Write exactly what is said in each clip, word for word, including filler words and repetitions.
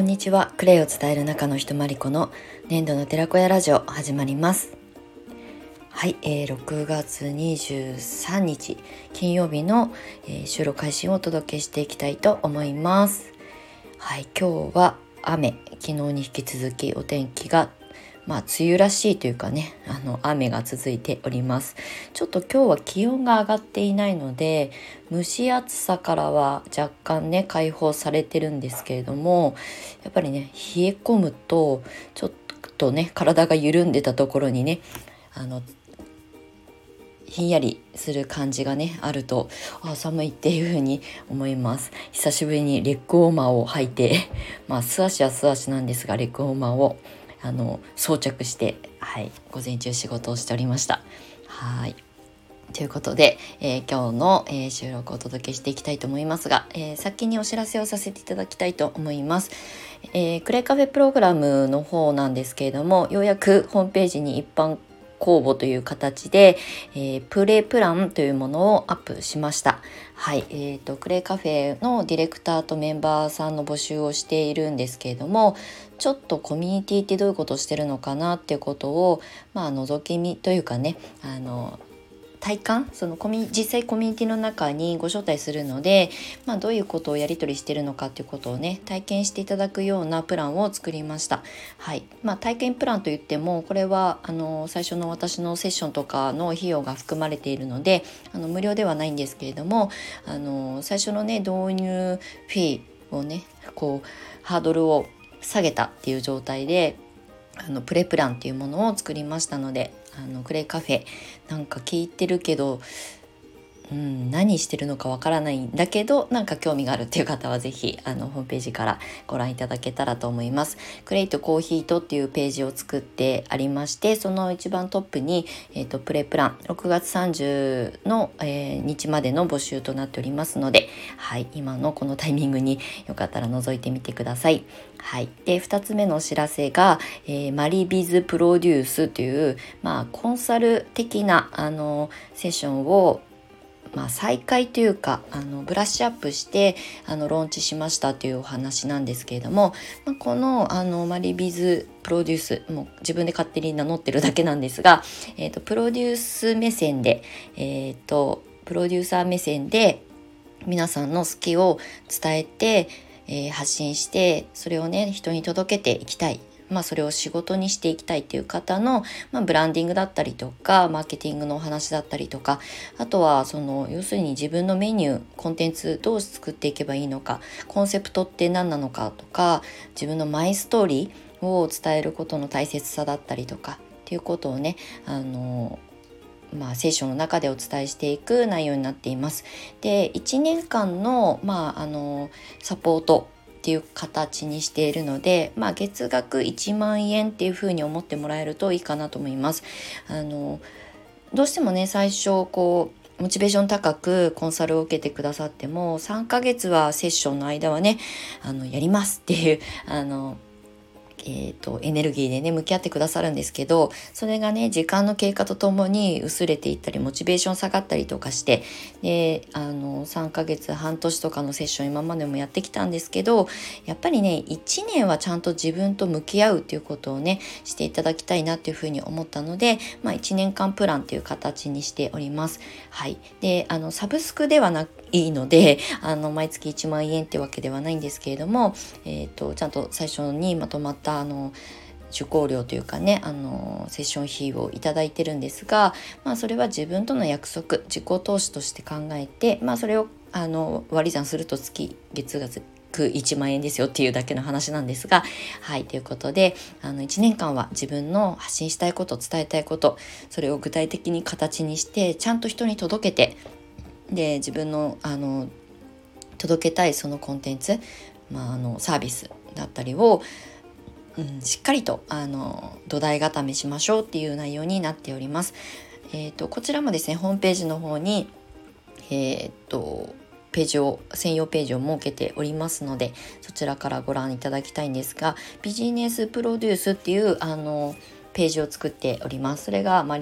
んにちは。クレイを伝える中の人まりこの年度の寺子屋ラジオ始まります。はい、えー、ろくがつにじゅうさんにち金曜日の、えー、収録配信をお届けしていきたいと思います。はい、今日は雨、昨日に引き続きお天気がまあ梅雨らしいというかね、あの雨が続いております。ちょっと今日は気温が上がっていないので蒸し暑さからは若干ね解放されてるんですけれども、やっぱりね冷え込むとちょっとね体が緩んでたところにねあのひんやりする感じがねあると、あ寒いっていう風に思います。久しぶりにレッグウォーマーを履いてまあ素足は素足なんですがレッグウォーマーをあの装着して、はい、午前中仕事をしておりました。はいということで、えー、今日の、えー、収録をお届けしていきたいと思いますが、えー、先にお知らせをさせていただきたいと思います。えー、クレイカフェプログラムの方なんですけれども、ようやくホームページに一般公募という形で、えー、プレイプランというものをアップしました。はい、えーと、クレイカフェのディレクターとメンバーさんの募集をしているんですけれども、ちょっとコミュニティってどういうことをしてるのかなっていうことを、まあ、覗き見というかね、あの体感そのコミ実際コミュニティの中にご招待するので、まあ、どういうことをやり取りしているのかということをね体験していただくようなプランを作りました。はいまあ、体験プランといってもこれはあの最初の私のセッションとかの費用が含まれているのであの無料ではないんですけれども、あの最初のね導入フィーをねこうハードルを下げたっていう状態であのプレプランっていうものを作りましたので、あのクレイカフェなんか聞いてるけど、うん、何してるのかわからないんだけどなんか興味があるっていう方はぜひあのホームページからご覧いただけたらと思います。クレイとコーヒーとっていうページを作ってありまして、その一番トップに、えーと、プレプランろくがつさんじゅうの、えー、日までの募集となっておりますので、はい、今のこのタイミングによかったら覗いてみてください。はい、でふたつめのお知らせが、えー、マリビズプロデュースという、まあ、コンサル的なあのセッションをまあ、再開というかあのブラッシュアップしてあのローンチしましたというお話なんですけれども、まあ、このあのマリビズプロデュースもう自分で勝手に名乗ってるだけなんですが、えーと、プロデュース目線で、えーと、プロデューサー目線で皆さんの好きを伝えて、えー、発信してそれをね人に届けていきたい、まあ、それを仕事にしていきたいっていう方の、まあ、ブランディングだったりとかマーケティングのお話だったりとか、あとはその要するに自分のメニューコンテンツどう作っていけばいいのか、コンセプトって何なのかとか、自分のマイストーリーを伝えることの大切さだったりとかっていうことをねあのまあ、聖書の中でお伝えしていく内容になっています。でいちねんかんの、まあ、あのサポートっていう形にしているので、まあ、月額いちまんえんっていう風に思ってもらえるといいかなと思います。あのどうしてもね最初こうモチベーション高くコンサルを受けてくださってもさんかげつはセッションの間はねあのやりますっていうあのえーと、エネルギーでね向き合ってくださるんですけど、それがね時間の経過とともに薄れていったりモチベーション下がったりとかして、であのさんかげつ半年とかのセッション今までもやってきたんですけど、やっぱりねいちねんはちゃんと自分と向き合うっていうことをねしていただきたいなっていうふうに思ったので、まあ、いちねんかんプランっていう形にしております。はい、であのサブスクではないいのであの毎月いちまんえんってわけではないんですけれども、えーと、ちゃんと最初にまとまったあの受講料というかねあのセッション費をいただいてるんですが、まあ、それは自分との約束自己投資として考えて、まあ、それをあの割り算すると月月額いちまんえんですよっていうだけの話なんですが、はいということであのいちねんかんは自分の発信したいこと伝えたいことそれを具体的に形にしてちゃんと人に届けて、で自分のあの届けたいそのコンテンツ、まあ、あのサービスだったりを、うん、しっかりとあの土台固めしましょうっていう内容になっております。えーと、こちらもですねホームページの方に、えーとページを専用ページを設けておりますのでそちらからご覧いただきたいんですが、ビジネスプロデュースっていうあのページを作っております。それがマリ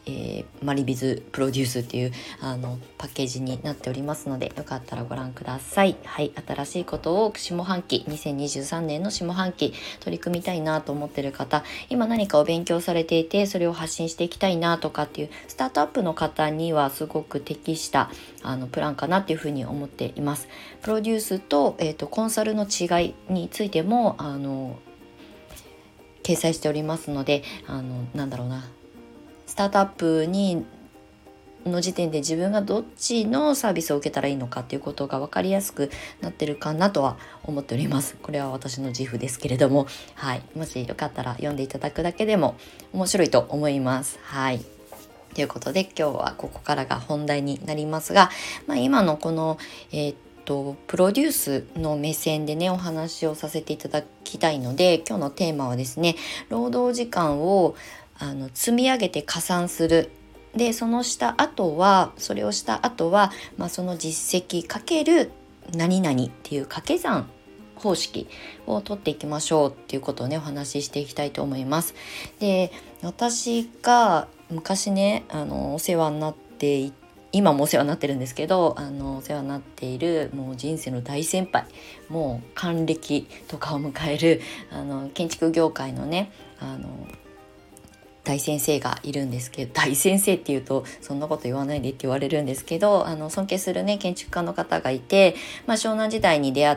えー、マリビズプロデュースっていうあのパッケージになっておりますので、よかったらご覧ください。はい、新しいことを下半期にせんにじゅうさんねんの下半期取り組みたいなと思ってる方、今何かを勉強されていてそれを発信していきたいなとかっていうスタートアップの方にはすごく適したあのプランかなっていうふうに思っています。プロデュースと、えーと、コンサルの違いについてもあの掲載しておりますので、あのなんだろうなスタートアップにの時点で自分がどっちのサービスを受けたらいいのかっていうことが分かりやすくなってるかなとは思っております。これは私の自負ですけれども、はい、もしよかったら読んでいただくだけでも面白いと思います。はい、ということで今日はここからが本題になりますが、まあ、今のこの、えーとプロデュースの目線でねお話をさせていただきたいので、今日のテーマはですね、労働時間をあの積み上げて加算する。でそのした後はそれをした後は、まあ、その実績かける何々っていう掛け算方式を取っていきましょうっていうことをねお話ししていきたいと思います。で私が昔ねあのお世話になってい今もお世話になってるんですけど、あのお世話になっているもう人生の大先輩、もう還暦とかを迎えるあの建築業界のねあの大先生がいるんですけど、大先生っていうとそんなこと言わないでって言われるんですけど、あの尊敬するね建築家の方がいて、まあ、湘南時代に出会って、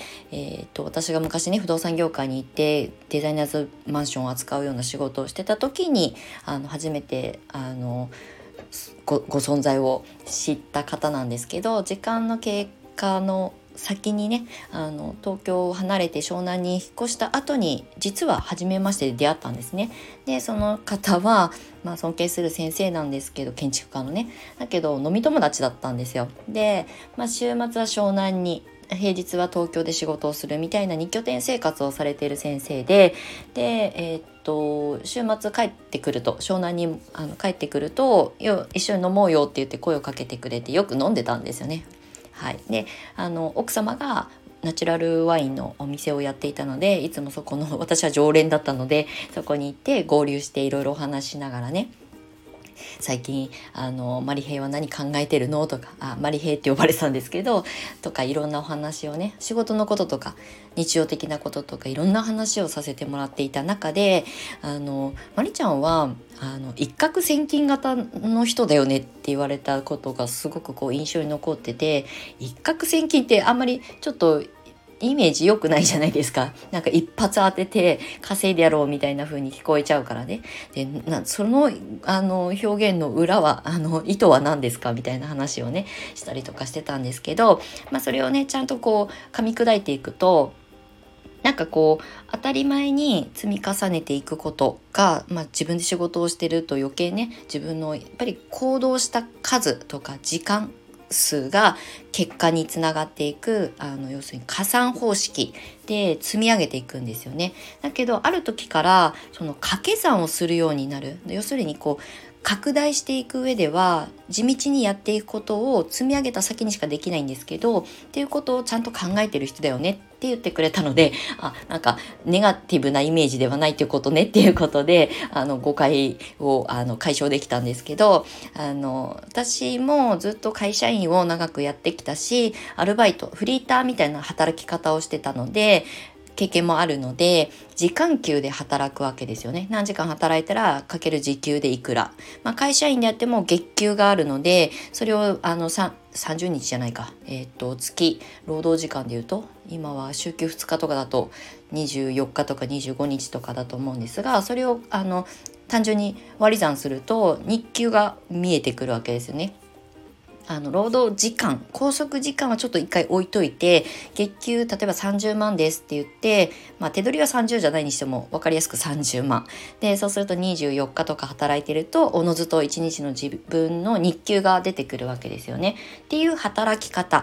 えー、と私が昔ね不動産業界に行ってデザイナーズマンションを扱うような仕事をしてた時にあの初めてあのご, ご存在を知った方なんですけど、時間の経過の先にねあの東京を離れて湘南に引っ越した後に実は初めましてで出会ったんですね。でその方は、まあ、尊敬する先生なんですけど、建築家のねだけど飲み友達だったんですよ。で、まあ、週末は湘南に平日は東京で仕事をするみたいな二拠点生活をされている先生で、で、えー、っと週末帰ってくると湘南にあの帰ってくるとよ一緒に飲もうよって言って声をかけてくれてよく飲んでたんですよね。はい、であの奥様がナチュラルワインのお店をやっていたので、いつもそこの私は常連だったのでそこに行って合流していろいろお話ししながらね、最近あのマリヘイは何考えてるのとか、あマリヘイって呼ばれてたんですけどとか、いろんなお話をね仕事のこととか日常的なこととかいろんな話をさせてもらっていた中で、あのマリちゃんはあの一攫千金型の人だよねって言われたことがすごくこう印象に残ってて、一攫千金ってあんまりちょっとイメージ良くないじゃないですか。なんか一発当てて稼いでやろうみたいな風に聞こえちゃうからね。でなそのあの表現の裏はあの意図は何ですかみたいな話をねしたりとかしてたんですけど、まあ、それをねちゃんとこう噛み砕いていくと、なんかこう当たり前に積み重ねていくことが、まあ、自分で仕事をしてると余計ね自分のやっぱり行動した数とか時間数が結果につながっていく、あの要するに加算方式で積み上げていくんですよね。だけどある時からその掛け算をするようになる、要するにこう拡大していく上では地道にやっていくことを積み上げた先にしかできないんですけど、っていうことをちゃんと考えてる人だよねって言ってくれたので、あなんかネガティブなイメージではないということねっていうことであの誤解をあの解消できたんですけど、あの私もずっと会社員を長くやってきたし、アルバイトフリーターみたいな働き方をしてたので経験もあるので、時間給で働くわけですよね。何時間働いたらかける時給でいくら、まあ、会社員であっても月給があるので、それをあのさんじゅうにちじゃないか、えー、と月労働時間でいうと今は週休ふつかとかだとにじゅうよっかとかにじゅうごにちとかだと思うんですが、それをあの単純に割り算すると日給が見えてくるわけですよね。あの労働時間拘束時間はちょっと一回置いといて、月給例えばさんじゅうまんですって言って、まあ、手取りはさんじゅうじゃないにしても分かりやすくさんじゅうまんで、そうするとにじゅうよっかとか働いてるとおのずといちにちの自分の日給が出てくるわけですよね。っていう働き方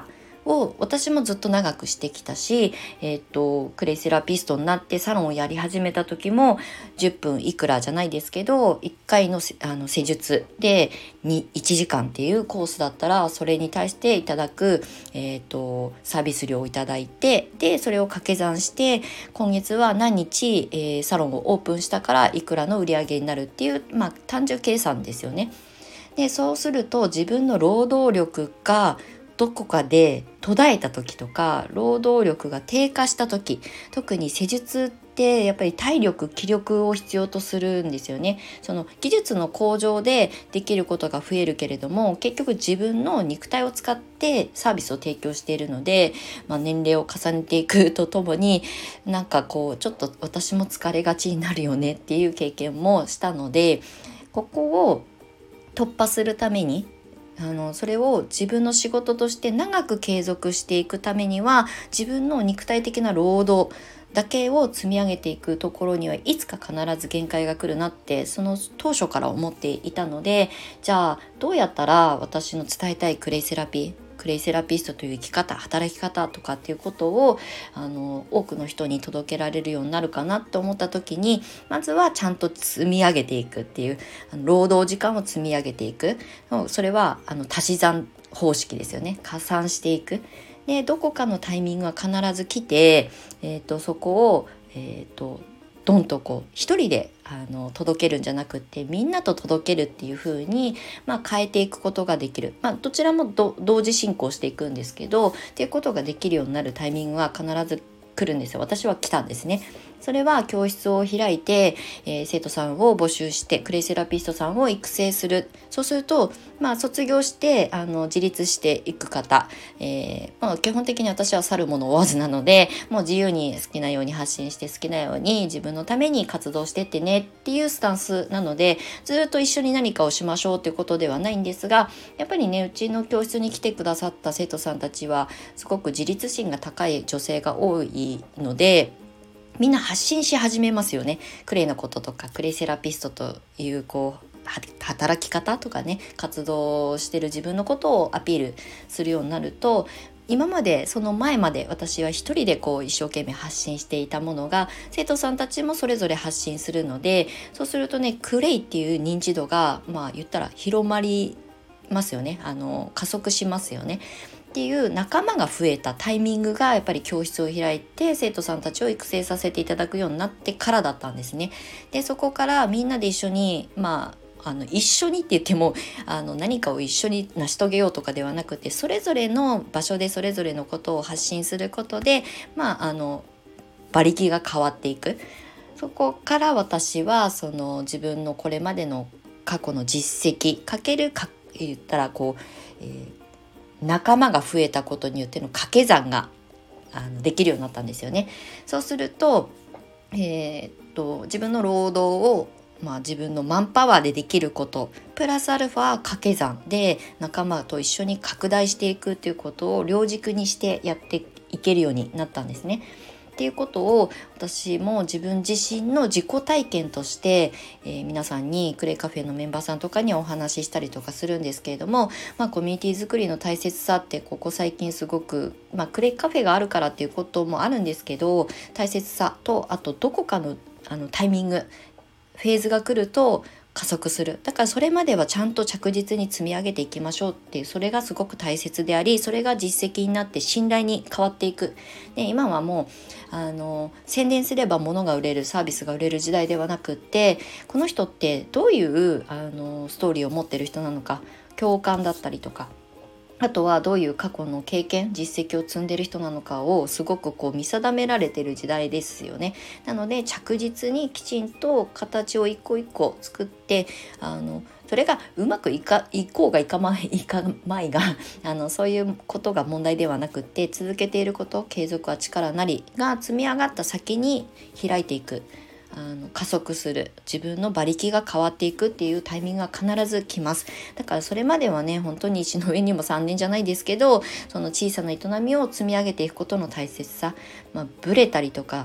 を私もずっと長くしてきたし、えー、とクレイセラピストになってサロンをやり始めた時もじゅっぷんいくらじゃないですけどいっかいの、あの施術でにいちじかんっていうコースだったらそれに対していただく、えー、とサービス料をいただいて、でそれを掛け算して今月は何日、えー、サロンをオープンしたからいくらの売り上げになるっていう、まあ、単純計算ですよね。でそうすると自分の労働力がどこかで途絶えた時とか労働力が低下した時、特に施術ってやっぱり体力気力を必要とするんですよね。その技術の向上でできることが増えるけれども、結局自分の肉体を使ってサービスを提供しているので、まあ、年齢を重ねていくとともになんかこうちょっと私も疲れがちになるよねっていう経験もしたので、ここを突破するためにあのそれを自分の仕事として長く継続していくためには自分の肉体的な労働だけを積み上げていくところにはいつか必ず限界が来るなってその当初から思っていたので、じゃあどうやったら私の伝えたいクレイセラピークレイセラピストという生き方働き方とかっていうことをあの多くの人に届けられるようになるかなと思った時に、まずはちゃんと積み上げていくっていうあの労働時間を積み上げていく、それはあの足し算方式ですよね。加算していく。でどこかのタイミングは必ず来て、えー、とそこを、えー、とドンとこう一人であの届けるんじゃなくってみんなと届けるっていう風に、まあ、変えていくことができる、まあ、どちらもど同時進行していくんですけどっていうことができるようになるタイミングは必ず来るんですよ。私は来たんですね。それは教室を開いて、えー、生徒さんを募集してクレイセラピストさんを育成する。そうすると、まあ、卒業してあの自立していく方、えーまあ、基本的に私は去るもの追わずなので、もう自由に好きなように発信して好きなように自分のために活動してってねっていうスタンスなので、ずっと一緒に何かをしましょうっていうことではないんですが、やっぱりねうちの教室に来てくださった生徒さんたちはすごく自立心が高い女性が多いので、みんな発信し始めますよね。クレイのこととかクレイセラピストというこう働き方とかね、活動してる自分のことをアピールするようになると、今までその前まで私は一人でこう一生懸命発信していたものが生徒さんたちもそれぞれ発信するので、そうするとねクレイっていう認知度がまあ言ったら広まりますよね。あの加速しますよね。っていう仲間が増えたタイミングがやっぱり教室を開いて生徒さんたちを育成させていただくようになってからだったんですね。でそこからみんなで一緒にまああの一緒にって言ってもあの何かを一緒に成し遂げようとかではなくて、それぞれの場所でそれぞれのことを発信することで、まああの馬力が変わっていく。そこから私はその自分のこれまでの過去の実績かけるか言ったらこう、えー仲間が増えたことによっての掛け算があのできるようになったんですよね。そうすると、えー、っと自分の労働を、まあ、自分のマンパワーでできることプラスアルファ掛け算で仲間と一緒に拡大していくということを両軸にしてやっていけるようになったんですね。っていうことを私も自分自身の自己体験として、えー、皆さんにクレイカフェのメンバーさんとかにお話ししたりとかするんですけれども、まあ、コミュニティ作りの大切さってここ最近すごく、まあ、クレイカフェがあるからっていうこともあるんですけど、大切さとあとどこかの、あのタイミングフェーズが来ると加速する。だからそれまではちゃんと着実に積み上げていきましょうっていう、それがすごく大切であり、それが実績になって信頼に変わっていく。で今はもうあの宣伝すれば物が売れるサービスが売れる時代ではなくって、この人ってどういうあのストーリーを持ってる人なのか、共感だったりとか、あとはどういう過去の経験実績を積んでる人なのかをすごくこう見定められてる時代ですよね。なので着実にきちんと形を一個一個作って、あのそれがうまくいかいこうがいかまいいかまいがあのそういうことが問題ではなくって、続けていること、継続は力なりが積み上がった先に開いていく、あの加速する、自分の馬力が変わっていくっていうタイミングが必ず来ます。だからそれまではね本当に石の上にもさんねんじゃないですけど、その小さな営みを積み上げていくことの大切さ、まあ、ブレたりとか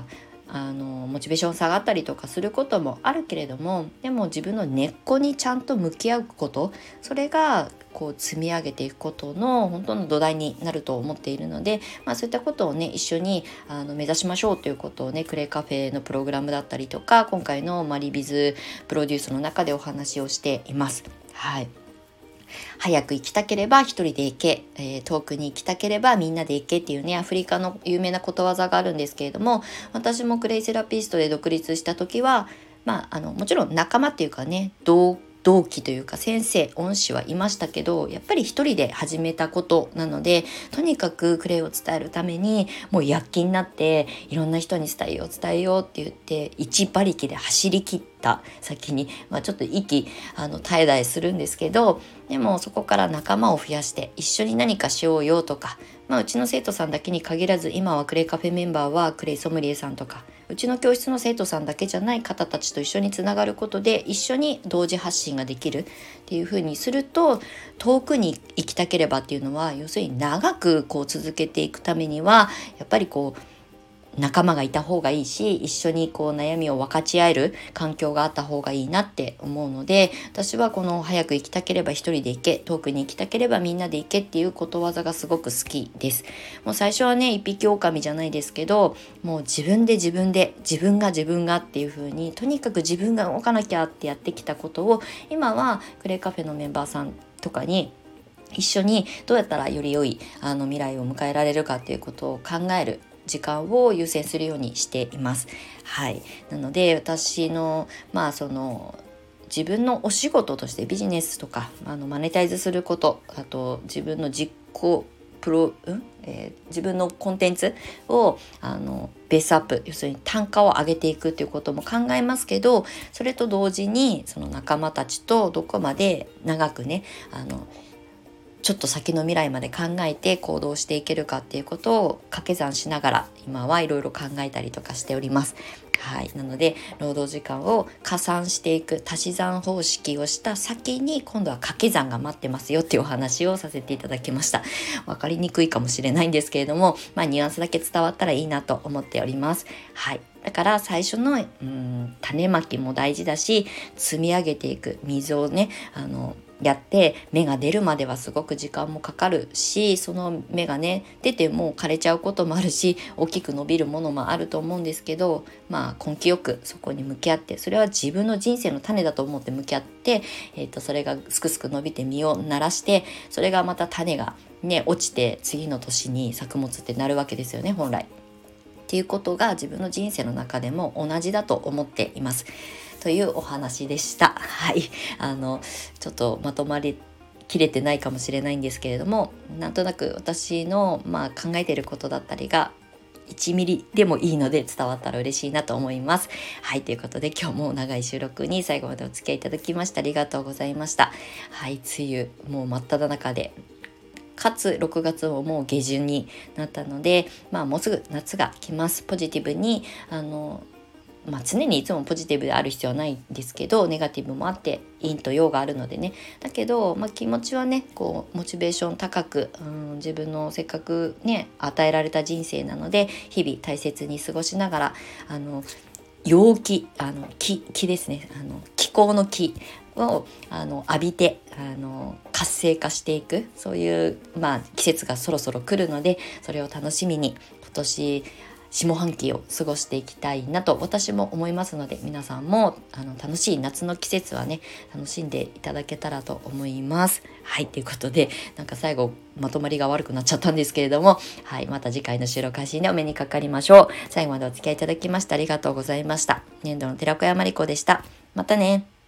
あのモチベーション下がったりとかすることもあるけれども、でも自分の根っこにちゃんと向き合うこと、それがこう積み上げていくことの本当の土台になると思っているので、まあ、そういったことをね一緒にあの目指しましょうということをね、クレイカフェのプログラムだったりとか、今回のマリビズプロデュースの中でお話をしています。はい。早く行きたければ一人で行け、えー、遠くに行きたければみんなで行けっていうね、アフリカの有名なことわざがあるんですけれども、私もクレイセラピストで独立した時は、まあ、あのもちろん仲間っていうかね、同同期というか先生恩師はいましたけど、やっぱり一人で始めたことなので、とにかくクレイを伝えるためにもう躍起になって、いろんな人に伝えよう伝えようって言って一馬力で走り切った先に、まあ、ちょっと息あの絶え絶えするんですけど、でもそこから仲間を増やして一緒に何かしようよとか、まあ、うちの生徒さんだけに限らず、今はクレイカフェメンバーはクレイソムリエさんとか、うちの教室の生徒さんだけじゃない方たちと一緒につながることで、一緒に同時発信ができるっていう風にすると、遠くに行きたければっていうのは、要するに長くこう続けていくためには、やっぱりこう仲間がいた方がいいし、一緒にこう悩みを分かち合える環境があった方がいいなって思うので、私はこの早く行きたければ一人で行け、遠くに行きたければみんなで行けっていうことわざがすごく好きです。もう最初はね、一匹狼じゃないですけど、もう自分で自分で自分が自分がっていう風に、とにかく自分が動かなきゃってやってきたことを、今はクレイカフェのメンバーさんとかに一緒にどうやったらより良いあの未来を迎えられるかっていうことを考える時間を優先するようにしています。はい。なので私のまあその自分のお仕事としてビジネスとかあのマネタイズすること、あと自分の実行プロ、うんえー、自分のコンテンツをあのベースアップ、要するに単価を上げていくっていうことも考えますけど、それと同時にその仲間たちとどこまで長くね、あのちょっと先の未来まで考えて行動していけるかっていうことを掛け算しながら今はいろいろ考えたりとかしております。はい。なので労働時間を加算していく足し算方式をした先に今度は掛け算が待ってますよっていうお話をさせていただきました。わかりにくいかもしれないんですけれども、まあニュアンスだけ伝わったらいいなと思っております。はい。だから最初のうん種まきも大事だし、積み上げていく水をね、あのやって芽が出るまではすごく時間もかかるし、その芽がね出てもう枯れちゃうこともあるし、大きく伸びるものもあると思うんですけど、まあ根気よくそこに向き合って、それは自分の人生の種だと思って向き合って、えーと、それがすくすく伸びて実をならして、それがまた種がね落ちて次の年に作物ってなるわけですよね、本来。っていうことが自分の人生の中でも同じだと思っていますというお話でした。はい、あのちょっとまとまりきれてないかもしれないんですけれども、なんとなく私の、まあ、考えていることだったりがいちミリでもいいので伝わったら嬉しいなと思います。はい、ということで今日も長い収録に最後までお付き合いいただきましてありがとうございました。はい、梅雨もう真っ只中で、かつろくがつももう下旬になったので、まあもうすぐ夏が来ます。ポジティブにあのまあ、常にいつもポジティブである必要はないんですけど、ネガティブもあって陰と陽があるのでね、だけど、まあ、気持ちはねこうモチベーション高く、うん、自分のせっかくね与えられた人生なので日々大切に過ごしながら、あの陽気、あの気気ですね、あの気候の気をあの浴びてあの活性化していく、そういう、まあ、季節がそろそろ来るので、それを楽しみに今年下半期を過ごしていきたいなと私も思いますので、皆さんもあの楽しい夏の季節はね楽しんでいただけたらと思います。はい、ということでなんか最後まとまりが悪くなっちゃったんですけれども、はい、また次回の収録配信でお目にかかりましょう。最後までお付き合いいただきましてありがとうございました。年度の寺子屋まりこでした。またね。